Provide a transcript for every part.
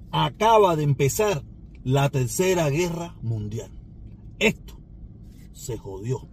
acaba de empezar la Tercera Guerra Mundial. Esto se jodió.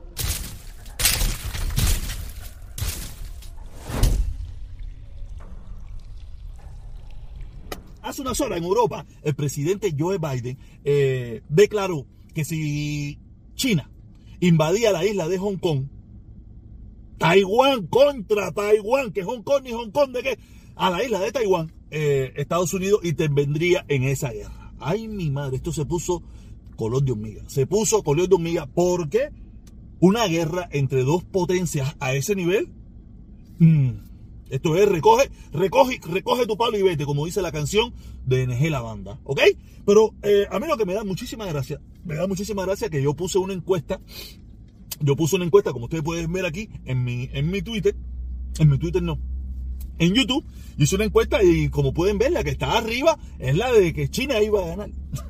Hace unas horas en Europa, el presidente Joe Biden declaró que si China invadía la isla de Hong Kong, Taiwán contra Taiwán, que Hong Kong ni Hong Kong, ¿de qué? A la isla de Taiwán, Estados Unidos intervendría en esa guerra. Ay, mi madre, esto se puso color de hormiga. Se puso color de hormiga porque una guerra entre dos potencias a ese nivel, esto es, recoge tu palo y vete, como dice la canción de NG La Banda, ¿ok? Pero a mí lo que me da muchísima gracia que yo puse una encuesta, como ustedes pueden ver aquí, en mi Twitter, en YouTube, yo hice una encuesta y como pueden ver, la que está arriba es la de que China iba a ganar.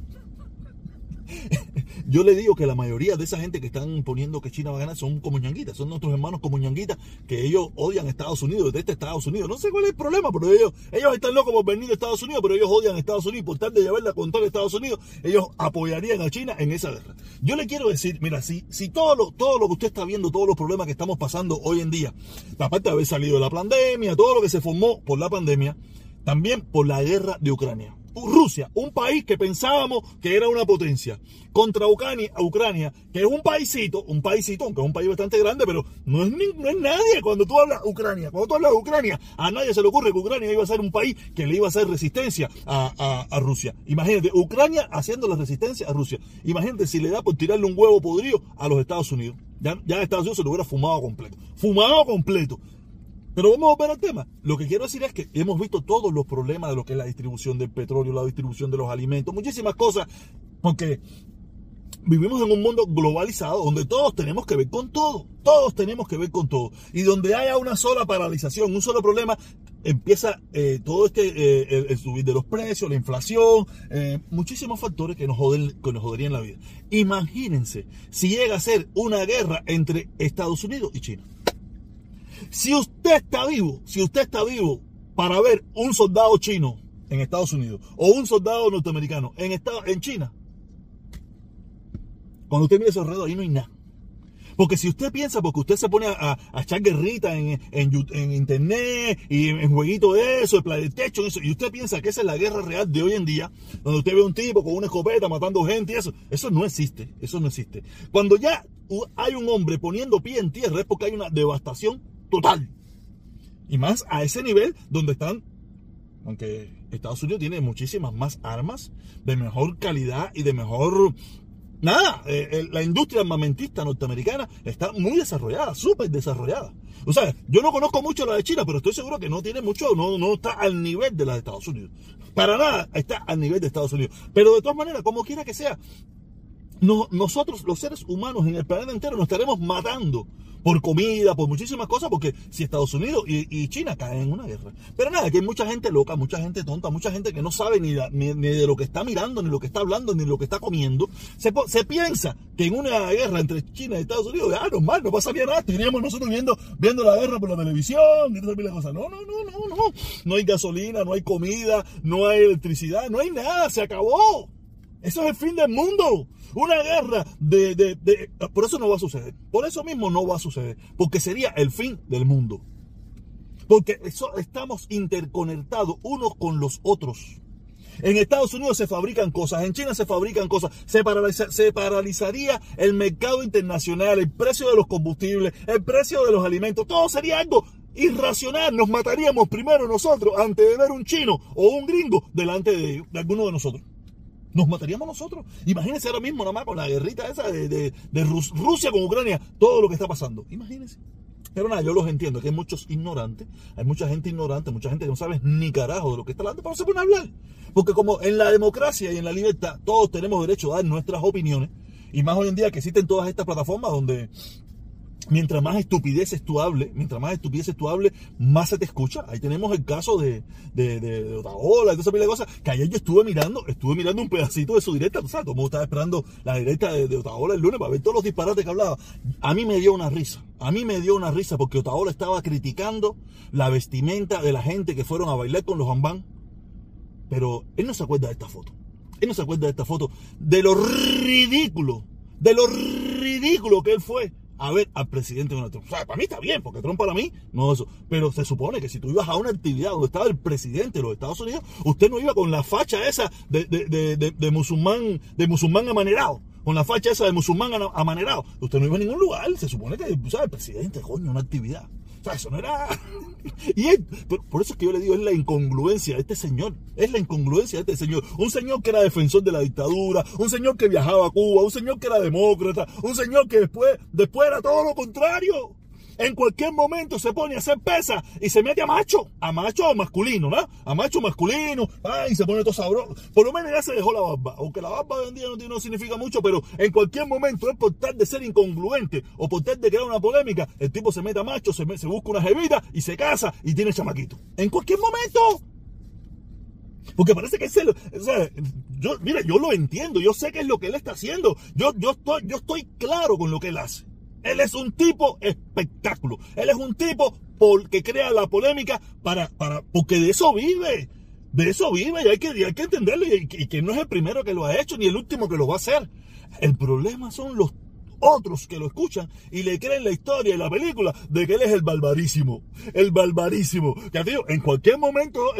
Yo le digo que la mayoría de esa gente que están poniendo que China va a ganar son como ñanguitas, son nuestros hermanos como ñanguitas, que ellos odian a Estados Unidos, desde Estados Unidos. No sé cuál es el problema, pero ellos están locos por venir de Estados Unidos, pero ellos odian a Estados Unidos. Por tal de llevarla con todo Estados Unidos, ellos apoyarían a China en esa guerra. Yo le quiero decir, mira, si todo lo que usted está viendo, todos los problemas que estamos pasando hoy en día, aparte de haber salido de la pandemia, todo lo que se formó por la pandemia, también por la guerra de Ucrania. Rusia, un país que pensábamos que era una potencia, contra Ucrania, que es un paísito, aunque es un país bastante grande, pero no es nadie. Cuando tú hablas de Ucrania, a nadie se le ocurre que Ucrania iba a ser un país que le iba a hacer resistencia a Rusia. Imagínate, Ucrania haciendo la resistencia a Rusia. Imagínate si le da por tirarle un huevo podrido a los Estados Unidos. Ya Estados Unidos se lo hubiera fumado completo. Pero vamos a volver al tema. Lo que quiero decir es que hemos visto todos los problemas de lo que es la distribución del petróleo, la distribución de los alimentos, muchísimas cosas, porque vivimos en un mundo globalizado donde todos tenemos que ver con todo. Y donde haya una sola paralización, un solo problema, empieza todo el subir de los precios, la inflación, muchísimos factores que nos joderían la vida. Imagínense si llega a ser una guerra entre Estados Unidos y China. Si usted está vivo para ver un soldado chino en Estados Unidos o un soldado norteamericano en China, cuando usted mira esos alrededor, ahí no hay nada. Porque si usted piensa, porque usted se pone a echar guerrita en internet y en jueguitos de eso, de PlayStation, eso, y usted piensa que esa es la guerra real de hoy en día, donde usted ve a un tipo con una escopeta matando gente y eso no existe. Cuando ya hay un hombre poniendo pie en tierra es porque hay una devastación total. Y más a ese nivel donde están, aunque Estados Unidos tiene muchísimas más armas de mejor calidad y de mejor... la industria armamentista norteamericana está muy desarrollada, súper desarrollada. O sea, yo no conozco mucho la de China, pero estoy seguro que no tiene mucho, no está al nivel de la de Estados Unidos. Para nada está al nivel de Estados Unidos. Pero de todas maneras, como quiera que sea, nosotros, los seres humanos en el planeta entero, nos estaremos matando por comida, por muchísimas cosas, porque si Estados Unidos y China caen en una guerra. Pero nada, que hay mucha gente loca, mucha gente tonta, mucha gente que no sabe ni de lo que está mirando, ni lo que está hablando, ni lo que está comiendo. Se piensa que en una guerra entre China y Estados Unidos, normal, no pasaría nada, estaríamos nosotros viendo la guerra por la televisión, y todas esas cosas. No. No hay gasolina, no hay comida, no hay electricidad, no hay nada, se acabó. Eso es el fin del mundo. Una guerra por eso no va a suceder. Por eso mismo no va a suceder. Porque sería el fin del mundo. Porque estamos interconectados unos con los otros. En Estados Unidos se fabrican cosas, en China se fabrican cosas. Se paralizaría el mercado internacional, el precio de los combustibles, el precio de los alimentos. Todo sería algo irracional. Nos mataríamos primero nosotros antes de ver un chino o un gringo delante de alguno de nosotros. Nos mataríamos nosotros. Imagínense ahora mismo nada más con la guerrita esa de Rusia con Ucrania, todo lo que está pasando. Imagínense. Pero nada, yo los entiendo, que hay muchos ignorantes, hay mucha gente ignorante, mucha gente que no sabe ni carajo de lo que está hablando, pero se pone a hablar. Porque como en la democracia y en la libertad, todos tenemos derecho a dar nuestras opiniones, y más hoy en día que existen todas estas plataformas donde... Mientras más estupideces tú hables, más se te escucha. Ahí tenemos el caso de Otaola y toda esa pila de cosas, que ayer yo estuve mirando un pedacito de su directa. O sea, todo el mundo estaba esperando la directa de Otaola el lunes para ver todos los disparates que hablaba. A mí me dio una risa porque Otaola estaba criticando la vestimenta de la gente que fueron a bailar con los Bambán Pero él no se acuerda de esta foto. Él no se acuerda de esta foto, de lo ridículo que él fue a ver al presidente Donald Trump. O sea, para mí está bien, porque Trump para mí no eso. Pero se supone que si tú ibas a una actividad donde estaba el presidente de los Estados Unidos, usted no iba con la facha esa de musulmán amanerado. Con la facha esa de musulmán amanerado. Usted no iba a ningún lugar. Se supone que, ¿sabes? El presidente, coño, una actividad. O sea, eso no era... Y él, por eso es que yo le digo, es la incongruencia de este señor. Es la incongruencia de este señor. Un señor que era defensor de la dictadura, un señor que viajaba a Cuba, un señor que era demócrata, un señor que después era todo lo contrario. En cualquier momento se pone a hacer pesas y se mete a macho masculino, ¿no? A macho masculino, y se pone todo sabroso. Por lo menos ya se dejó la barba, aunque la barba hoy en día no significa mucho, pero en cualquier momento es por tal de ser incongruente o por tal de crear una polémica, el tipo se mete a macho, se busca una jevita y se casa y tiene chamaquito. En cualquier momento. Porque parece que yo lo entiendo, yo sé qué es lo que él está haciendo, yo estoy claro con lo que él hace. Él es un tipo espectáculo. Él es un tipo que crea la polémica porque de eso vive. De eso vive y hay que entenderlo. Y que no es el primero que lo ha hecho ni el último que lo va a hacer. El problema son los otros que lo escuchan y le creen la historia y la película de que él es el barbarísimo. El barbarísimo. Que tío, en cualquier momento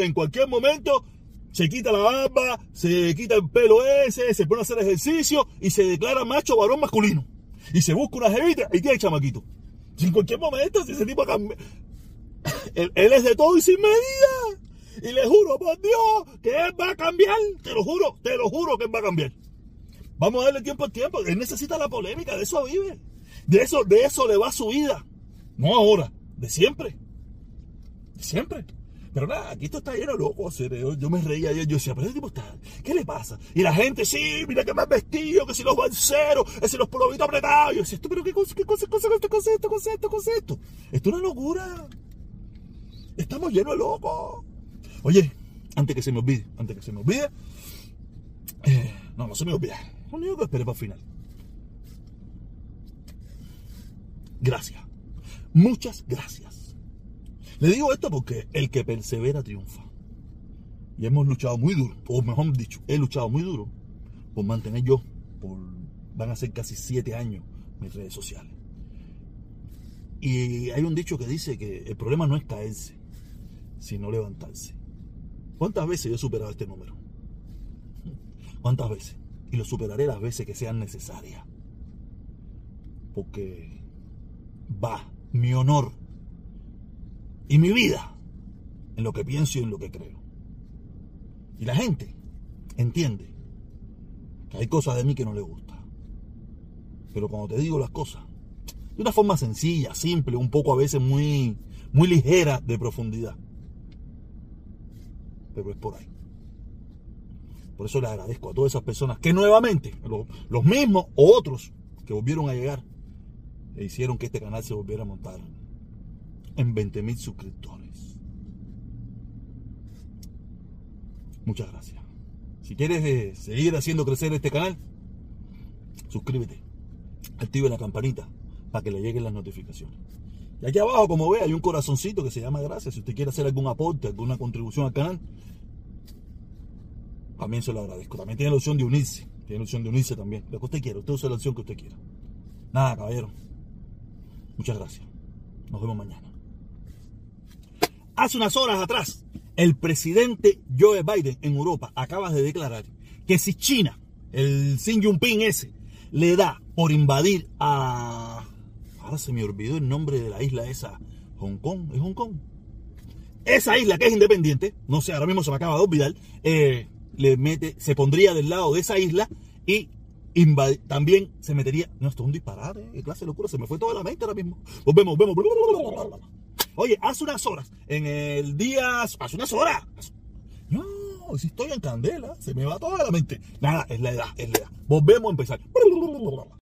se quita la barba, se quita el pelo ese, se pone a hacer ejercicio y se declara macho varón masculino. Y se busca una jevita y tiene chamaquito. Si en cualquier momento, si ese tipo cambia. Él es de todo y sin medida. Y le juro por Dios que él va a cambiar. Te lo juro que él va a cambiar. Vamos a darle tiempo al tiempo. Él necesita la polémica, de eso vive. De eso le va su vida. No ahora, de siempre. De siempre. Pero nada, aquí esto está lleno de locos. Yo me reía ayer, yo decía, pero ese tipo está, ¿qué le pasa? Y la gente, sí, mira que más vestido, que si los balseros, que si los polovitos apretados. Yo decía, pero ¿qué cosa esto? Esto es una locura. Estamos llenos de locos. Oye, antes que se me olvide, no se me olvide. Lo único que esperé para el final. Gracias. Muchas gracias. Le digo esto porque el que persevera triunfa. Y hemos luchado muy duro, o mejor dicho, he luchado muy duro por mantener van a ser casi 7 años mis redes sociales. Y hay un dicho que dice que el problema no es caerse, sino levantarse. ¿Cuántas veces yo he superado este número? ¿Cuántas veces? Y lo superaré las veces que sean necesarias. Porque va mi honor y mi vida en lo que pienso y en lo que creo. Y la gente entiende que hay cosas de mí que no le gustan. Pero cuando te digo las cosas de una forma sencilla, simple, un poco a veces muy ligera de profundidad, pero es por ahí. Por eso le agradezco a todas esas personas que nuevamente, los mismos o otros que volvieron a llegar e hicieron que este canal se volviera a montar en 20,000 suscriptores. Muchas gracias. Si quieres seguir haciendo crecer este canal, suscríbete, active la campanita para que le lleguen las notificaciones. Y aquí abajo, como ve, hay un corazoncito que se llama gracias. Si usted quiere hacer algún aporte, alguna contribución al canal, también se lo agradezco. También tiene la opción de unirse. También. Lo que usted quiera. Usted usa la opción que usted quiera. Nada, caballero. Muchas gracias. Nos vemos mañana. Hace unas horas atrás, el presidente Joe Biden en Europa acaba de declarar que si China, el Xi Jinping ese, le da por invadir a... Ahora se me olvidó el nombre de la isla esa. Hong Kong. ¿Es Hong Kong? Esa isla que es independiente, no sé, ahora mismo se me acaba de olvidar, se pondría del lado de esa isla y también se metería... No, esto es un disparate, qué clase de locura, se me fue toda la mente ahora mismo. Volvemos. Oye, hace unas horas, hace unas horas. No, si estoy en candela, se me va toda la mente. Nada, es la edad. Volvemos a empezar.